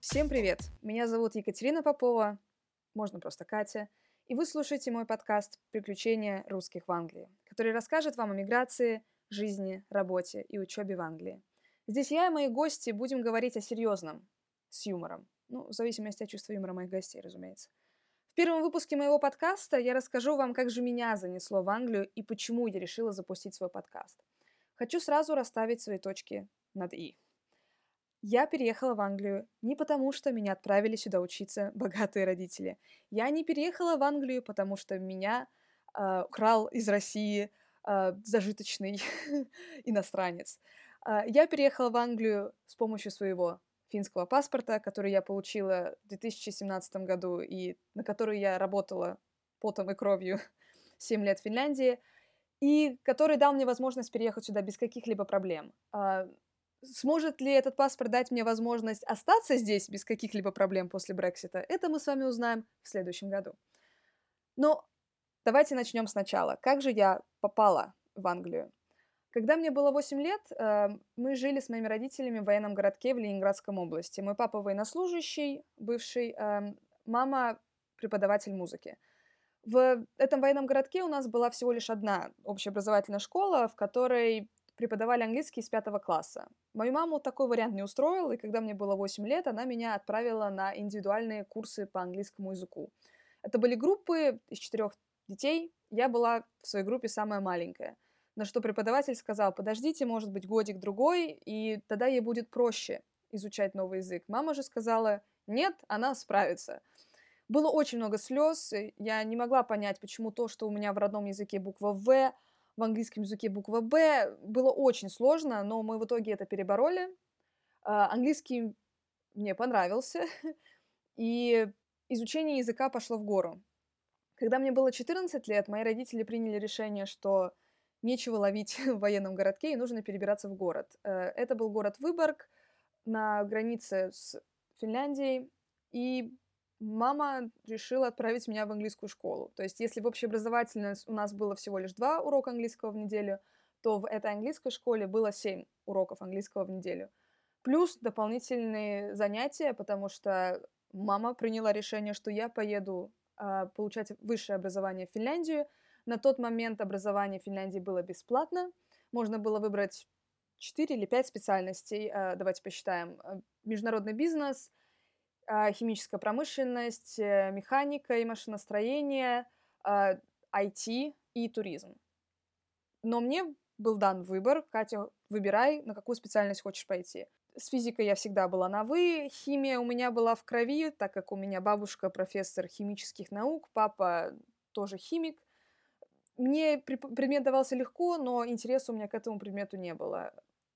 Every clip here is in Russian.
Всем привет! Меня зовут Екатерина Попова, можно просто Катя, и вы слушаете мой подкаст «Приключения русских в Англии», который расскажет вам о миграции, жизни, работе и учебе в Англии. Здесь я и мои гости будем говорить о серьезном, с юмором. В зависимости от чувства юмора моих гостей, разумеется. В первом выпуске моего подкаста я расскажу вам, как же меня занесло в Англию и почему я решила запустить свой подкаст. Хочу сразу расставить свои точки над «и». Я переехала в Англию не потому, что меня отправили сюда учиться богатые родители. Я не переехала в Англию, потому что меня украл из России зажиточный иностранец. Я переехала в Англию с помощью своего финского паспорта, который я получила в 2017 году и на который я работала потом и кровью 7 лет в Финляндии, и который дал мне возможность переехать сюда без каких-либо проблем. Сможет ли этот паспорт дать мне возможность остаться здесь без каких-либо проблем после Брексита? Это мы с вами узнаем в следующем году. Но давайте начнем сначала. Как же я попала в Англию? Когда мне было 8 лет, мы жили с моими родителями в военном городке в Ленинградском области. Мой папа военнослужащий, бывший, мама преподаватель музыки. В этом военном городке у нас была всего лишь одна общеобразовательная школа, в которой преподавали английский с 5 класса. Мою маму такой вариант не устроил, и когда мне было 8 лет, она меня отправила на индивидуальные курсы по английскому языку. Это были группы из 4 детей, я была в своей группе самая маленькая. На что преподаватель сказал: подождите, может быть, годик-другой, и тогда ей будет проще изучать новый язык. Мама же сказала: нет, она справится. Было очень много слез, я не могла понять, почему то, что у меня в родном языке буква «В», в английском языке буква «Б», было очень сложно, но мы в итоге это перебороли. Английский мне понравился, и изучение языка пошло в гору. Когда мне было 14 лет, мои родители приняли решение, что нечего ловить в военном городке и нужно перебираться в город. Это был город Выборг на границе с Финляндией, и мама решила отправить меня в английскую школу. То есть если в общеобразовательной у нас было всего лишь 2 урока английского в неделю, то в этой английской школе было 7 уроков английского в неделю. Плюс дополнительные занятия, потому что мама приняла решение, что я поеду получать высшее образование в Финляндию. На тот момент образование в Финляндии было бесплатно. Можно было выбрать 4 или 5 специальностей. Давайте посчитаем. Международный бизнес, химическая промышленность, механика и машиностроение, IT и туризм. Но мне был дан выбор: Катя, выбирай, на какую специальность хочешь пойти. С физикой я всегда была на «вы», химия у меня была в крови, так как у меня бабушка профессор химических наук, папа тоже химик. Мне предмет давался легко, но интереса у меня к этому предмету не было.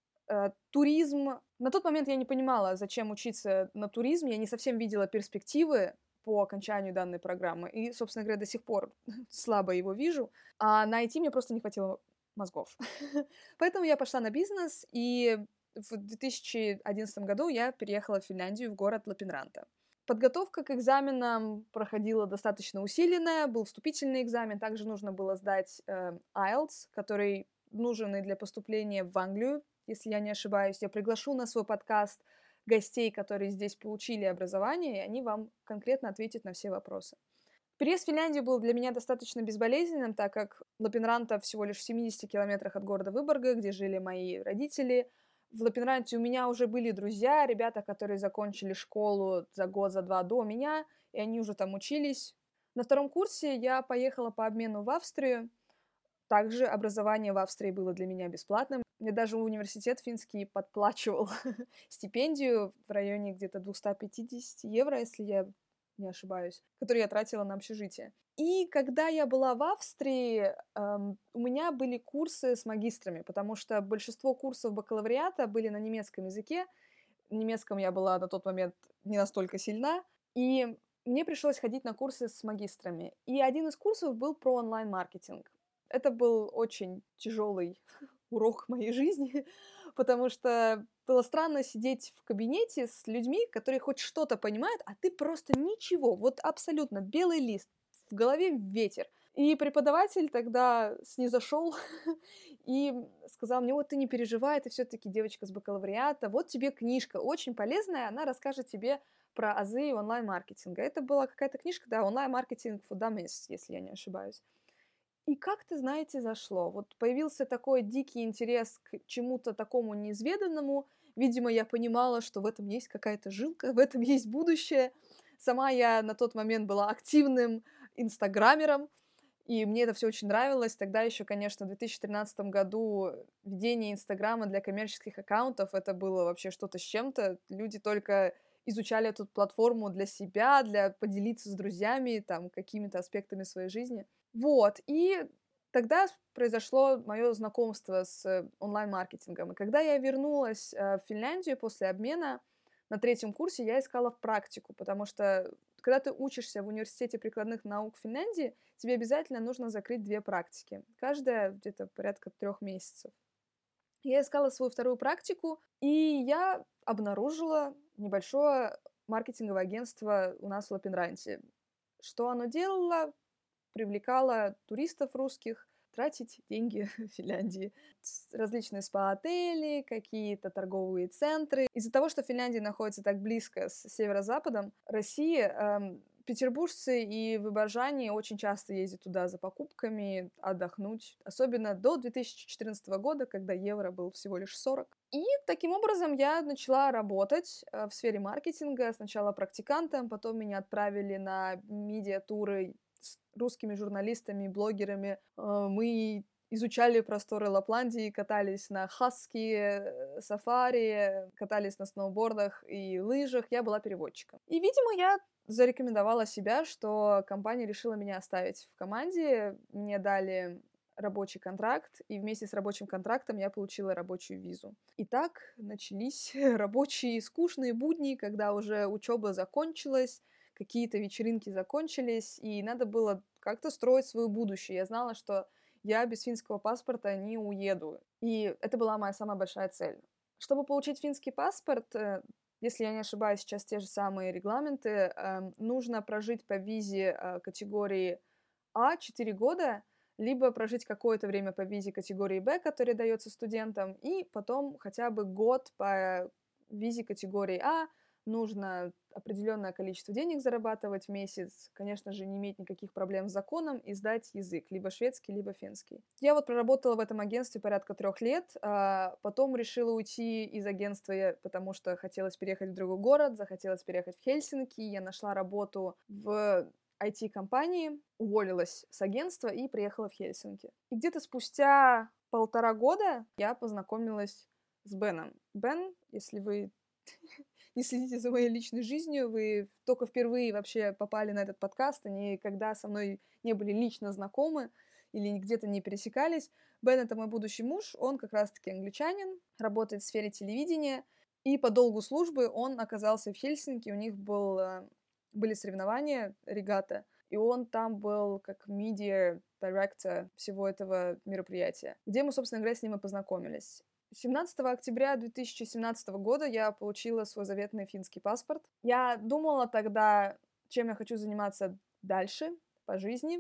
Туризм. На тот момент я не понимала, зачем учиться на туризме, я не совсем видела перспективы по окончанию данной программы, и, собственно говоря, до сих пор слабо его вижу, а на IT мне просто не хватило мозгов. Поэтому я пошла на бизнес, и в 2011 году я переехала в Финляндию, в город Лапинранта. Подготовка к экзаменам проходила достаточно усиленная, был вступительный экзамен, также нужно было сдать IELTS, который нужен и для поступления в Англию, если я не ошибаюсь. Я приглашу на свой подкаст гостей, которые здесь получили образование, и они вам конкретно ответят на все вопросы. Переезд в Финляндию был для меня достаточно безболезненным, так как Лапинранта всего лишь в 70 километрах от города Выборга, где жили мои родители. В Лапинранте у меня уже были друзья, ребята, которые закончили школу за год, за 2 до меня, и они уже там учились. На 2-м курсе я поехала по обмену в Австрию. Также образование в Австрии было для меня бесплатным. Мне даже университет финский подплачивал стипендию в районе где-то 250 евро, если я не ошибаюсь, которую я тратила на общежитие. И когда я была в Австрии, у меня были курсы с магистрами, потому что большинство курсов бакалавриата были на немецком языке. В немецком я была на тот момент не настолько сильна, и мне пришлось ходить на курсы с магистрами. И один из курсов был про онлайн-маркетинг. Это был очень тяжелый урок моей жизни, потому что было странно сидеть в кабинете с людьми, которые хоть что-то понимают, а ты просто ничего, вот абсолютно белый лист, в голове ветер. И преподаватель тогда снизошел и сказал мне: вот ты не переживай, ты все-таки девочка с бакалавриата, вот тебе книжка очень полезная, она расскажет тебе про азы онлайн-маркетинга. Это была какая-то книжка, да, онлайн-маркетинг for dummies, если я не ошибаюсь. И как-то, знаете, зашло. Вот появился такой дикий интерес к чему-то такому неизведанному. Видимо, я понимала, что в этом есть какая-то жилка, в этом есть будущее. Сама я на тот момент была активным инстаграмером, и мне это все очень нравилось. Тогда еще, конечно, в 2013 году ведение Инстаграма для коммерческих аккаунтов это было вообще что-то с чем-то. Люди только изучали эту платформу для себя, для поделиться с друзьями там какими-то аспектами своей жизни. Вот, и тогда произошло мое знакомство с онлайн-маркетингом. И когда я вернулась в Финляндию после обмена, на третьем курсе я искала практику, потому что когда ты учишься в университете прикладных наук Финляндии, тебе обязательно нужно закрыть 2 практики. Каждая где-то порядка 3 месяцев. Я искала свою вторую практику, и я обнаружила небольшое маркетинговое агентство у нас в Лапинранте. Что оно делало? Привлекало туристов русских тратить деньги в Финляндии. Различные спа-отели, какие-то торговые центры. Из-за того, что Финляндия находится так близко с северо-западом России, петербуржцы и выборжане очень часто ездят туда за покупками, отдохнуть. Особенно до 2014 года, когда евро был всего лишь 40. И таким образом я начала работать в сфере маркетинга. Сначала практикантом, потом меня отправили на медиатуры с русскими журналистами, блогерами. Мы изучали просторы Лапландии, катались на хаски, сафари, катались на сноубордах и лыжах. Я была переводчиком. И, видимо, я зарекомендовала себя, что компания решила меня оставить в команде. Мне дали рабочий контракт, и вместе с рабочим контрактом я получила рабочую визу. И так начались рабочие скучные будни, когда уже учеба закончилась, какие-то вечеринки закончились, и надо было как-то строить свое будущее. Я знала, что я без финского паспорта не уеду. И это была моя самая большая цель. Чтобы получить финский паспорт, если я не ошибаюсь, сейчас те же самые регламенты, нужно прожить по визе категории А 4 года, либо прожить какое-то время по визе категории Б, которая дается студентам, и потом хотя бы год по визе категории А. Нужно определенное количество денег зарабатывать в месяц, конечно же, не иметь никаких проблем с законом и сдать язык, либо шведский, либо финский. Я вот проработала в этом агентстве порядка 3 лет, а потом решила уйти из агентства, потому что хотелось переехать в другой город, захотелось переехать в Хельсинки, я нашла работу в IT-компании, уволилась с агентства и приехала в Хельсинки. И где-то спустя 1,5 года я познакомилась с Беном. Бен, если вы не следите за моей личной жизнью, вы только впервые вообще попали на этот подкаст, они никогда со мной не были лично знакомы или где-то не пересекались. Бен — это мой будущий муж, он как раз-таки англичанин, работает в сфере телевидения, и по долгу службы он оказался в Хельсинки, у них были соревнования, регата, и он там был как медиа-директор всего этого мероприятия, где мы, собственно говоря, с ним и познакомились. 17 октября 2017 года я получила свой заветный финский паспорт. Я думала тогда, чем я хочу заниматься дальше по жизни.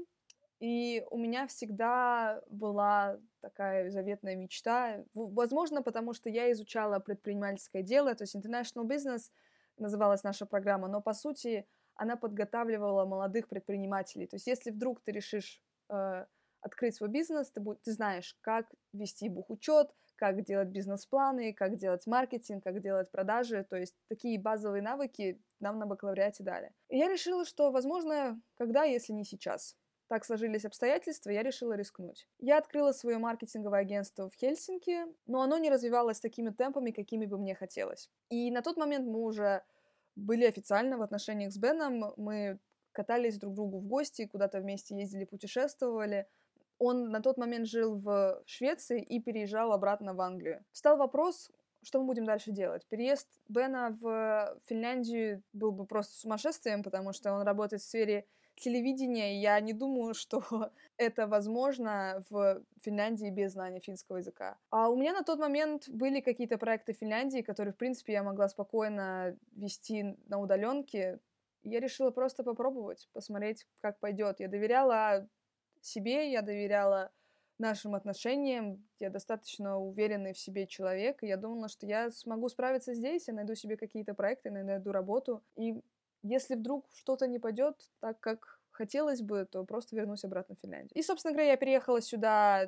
И у меня всегда была такая заветная мечта. Возможно, потому что я изучала предпринимательское дело, то есть International Business называлась наша программа, но по сути она подготавливала молодых предпринимателей. То есть если вдруг ты решишь открыть свой бизнес, ты знаешь, как вести бухучет, как делать бизнес-планы, как делать маркетинг, как делать продажи. То есть такие базовые навыки нам на бакалавриате дали. И я решила, что, возможно, когда, если не сейчас. Так сложились обстоятельства, я решила рискнуть. Я открыла свое маркетинговое агентство в Хельсинки, но оно не развивалось такими темпами, какими бы мне хотелось. И на тот момент мы уже были официально в отношениях с Беном, мы катались друг к другу в гости, куда-то вместе ездили, путешествовали. Он на тот момент жил в Швеции и переезжал обратно в Англию. Встал вопрос, что мы будем дальше делать. Переезд Бена в Финляндию был бы просто сумасшествием, потому что он работает в сфере телевидения, и я не думаю, что это возможно в Финляндии без знания финского языка. А у меня на тот момент были какие-то проекты в Финляндии, которые, в принципе, я могла спокойно вести на удаленке. Я решила просто попробовать, посмотреть, как пойдет. Я доверяла себе, я доверяла нашим отношениям. Я достаточно уверенный в себе человек, и я думала, что я смогу справиться здесь, я найду себе какие-то проекты, найду работу. И если вдруг что-то не пойдет так, как хотелось бы, то просто вернусь обратно в Финляндию. И, собственно говоря, я переехала сюда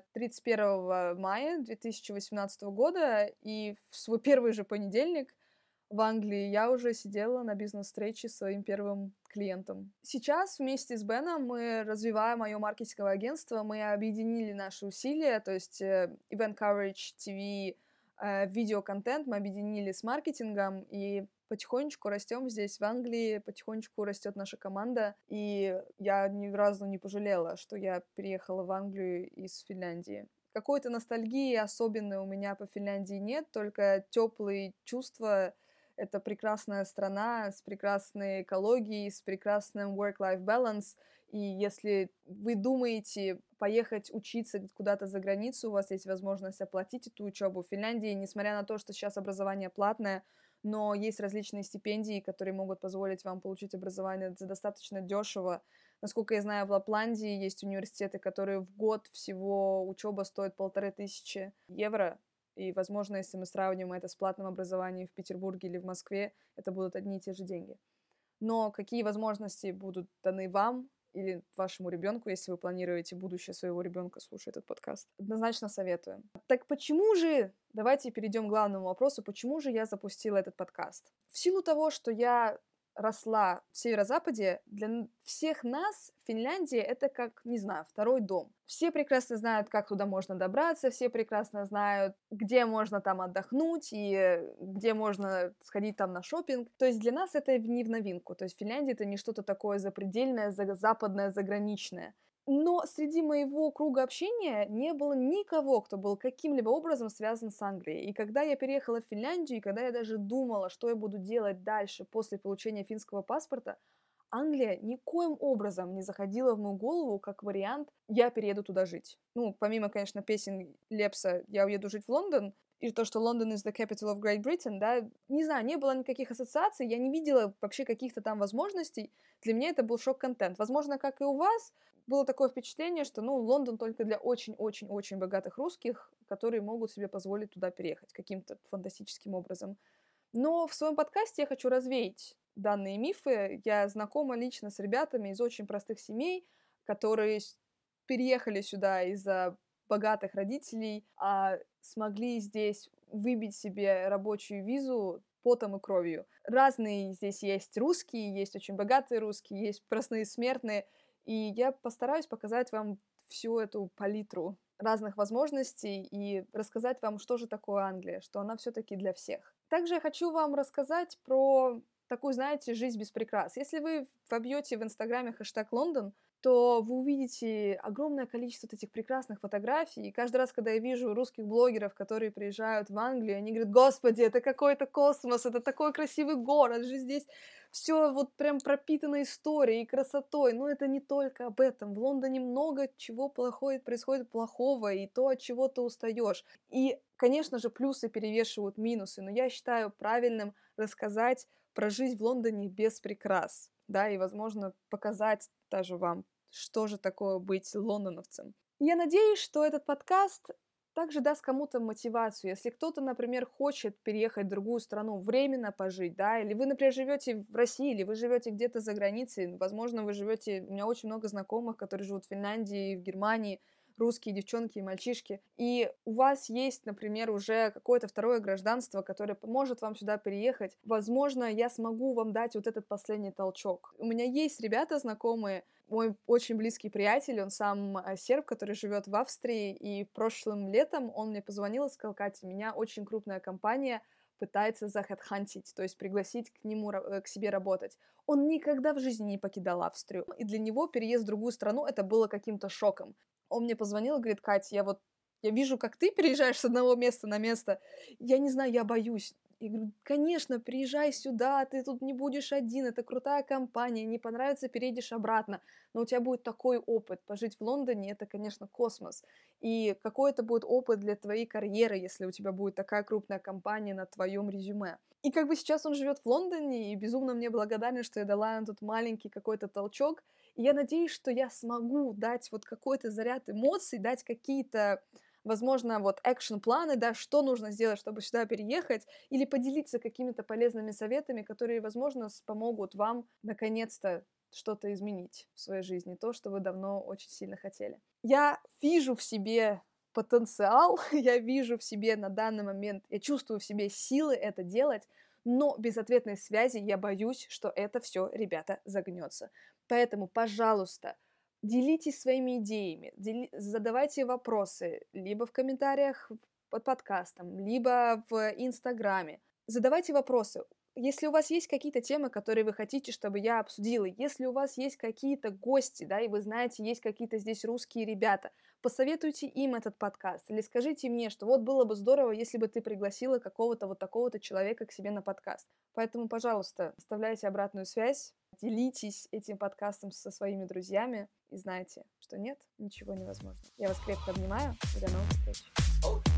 31 мая 2018 года, и в свой первый же понедельник в Англии я уже сидела на бизнес-встрече с своим первым клиентом. Сейчас вместе с Беном мы развиваем мое маркетинговое агентство, мы объединили наши усилия, то есть Event Coverage, TV, видеоконтент мы объединили с маркетингом, и потихонечку растем здесь, в Англии, потихонечку растет наша команда, и я ни разу не пожалела, что я переехала в Англию из Финляндии. Какой-то ностальгии особенной у меня по Финляндии нет, только теплые чувства. Это прекрасная страна с прекрасной экологией, с прекрасным work-life balance. И если вы думаете поехать учиться куда-то за границу, у вас есть возможность оплатить эту учебу в Финляндии, несмотря на то, что сейчас образование платное, но есть различные стипендии, которые могут позволить вам получить образование за достаточно дешево. Насколько я знаю, в Лапландии есть университеты, которые в год всего учеба стоит 1500 евро. И, возможно, если мы сравним это с платным образованием в Петербурге или в Москве, это будут одни и те же деньги. Но какие возможности будут даны вам или вашему ребенку, если вы планируете будущее своего ребенка слушать этот подкаст? Однозначно советую. Так почему же, давайте перейдем к главному вопросу, почему же я запустила этот подкаст? В силу того, что я росла в северо-западе, для всех нас Финляндия — это как, не знаю, второй дом. Все прекрасно знают, как туда можно добраться, все прекрасно знают, где можно там отдохнуть и где можно сходить там на шопинг. То есть для нас это не в новинку. То есть Финляндия — это не что-то такое запредельное, западное, заграничное. Но среди моего круга общения не было никого, кто был каким-либо образом связан с Англией. И когда я переехала в Финляндию, и когда я даже думала, что я буду делать дальше после получения финского паспорта, Англия никоим образом не заходила в мою голову как вариант «я перееду туда жить». Ну, помимо, конечно, песен Лепса «я уеду жить в Лондон», и то, что Лондон is the capital of Great Britain, да, не знаю, не было никаких ассоциаций, я не видела вообще каких-то там возможностей. Для меня это был шок-контент. Возможно, как и у вас, было такое впечатление, что, ну, Лондон только для очень-очень-очень богатых русских, которые могут себе позволить туда переехать каким-то фантастическим образом. Но в своем подкасте я хочу развеять данные мифы. Я знакома лично с ребятами из очень простых семей, которые переехали сюда из-за богатых родителей, а смогли здесь выбить себе рабочую визу потом и кровью. Разные здесь есть русские, есть очень богатые русские, есть простые смертные, и я постараюсь показать вам всю эту палитру разных возможностей и рассказать вам, что же такое Англия, что она все-таки для всех. Также я хочу вам рассказать про такую, знаете, жизнь без прикрас. Если вы вобьете в Инстаграме хэштег Лондон, то вы увидите огромное количество этих прекрасных фотографий. И каждый раз, когда я вижу русских блогеров, которые приезжают в Англию, они говорят: «Господи, это какой-то космос, это такой красивый город, же здесь все вот прям пропитано историей и красотой». Но это не только об этом. В Лондоне много чего происходит плохого, и то, от чего ты устаешь. И, конечно же, плюсы перевешивают минусы, но я считаю правильным рассказать про жизнь в Лондоне без прикрас, да, и, возможно, показать даже вам, что же такое быть лондоновцем. Я надеюсь, что этот подкаст также даст кому-то мотивацию. Если кто-то, например, хочет переехать в другую страну, временно пожить, да, или вы, например, живете в России, или вы живете где-то за границей, возможно, вы живете... У меня очень много знакомых, которые живут в Финляндии, в Германии, русские девчонки и мальчишки, и у вас есть, например, уже какое-то второе гражданство, которое поможет вам сюда переехать, возможно, я смогу вам дать вот этот последний толчок. У меня есть ребята знакомые, мой очень близкий приятель, он сам серб, который живет в Австрии, и прошлым летом он мне позвонил и сказал: «Катя, меня очень крупная компания пытается захедхантить, то есть пригласить к нему, к себе работать». Он никогда в жизни не покидал Австрию, и для него переезд в другую страну это было каким-то шоком. Он мне позвонил и говорит: «Катя, я вижу, как ты переезжаешь с одного места на место. Я не знаю, я боюсь». Я говорю: «Конечно, приезжай сюда, ты тут не будешь один, это крутая компания, не понравится — переедешь обратно, но у тебя будет такой опыт. Пожить в Лондоне — это, конечно, космос. И какой это будет опыт для твоей карьеры, если у тебя будет такая крупная компания на твоем резюме». И как бы сейчас он живет в Лондоне и безумно мне благодарен, что я дала ему тут маленький какой-то толчок. И я надеюсь, что я смогу дать вот какой-то заряд эмоций, дать какие-то, возможно, вот экшн-планы, да, что нужно сделать, чтобы сюда переехать, или поделиться какими-то полезными советами, которые, возможно, помогут вам наконец-то что-то изменить в своей жизни, то, что вы давно очень сильно хотели. Я вижу в себе потенциал, я вижу в себе на данный момент, я чувствую в себе силы это делать, но без ответной связи я боюсь, что это все, ребята, загнется. Поэтому, пожалуйста, делитесь своими идеями, задавайте вопросы либо в комментариях под подкастом, либо в Инстаграме. Задавайте вопросы. Если у вас есть какие-то темы, которые вы хотите, чтобы я обсудила, если у вас есть какие-то гости, да, и вы знаете, есть какие-то здесь русские ребята, посоветуйте им этот подкаст или скажите мне, что вот было бы здорово, если бы ты пригласила какого-то вот такого-то человека к себе на подкаст. Поэтому, пожалуйста, оставляйте обратную связь, делитесь этим подкастом со своими друзьями и знайте, что нет, ничего невозможно. Я вас крепко обнимаю и до новых встреч.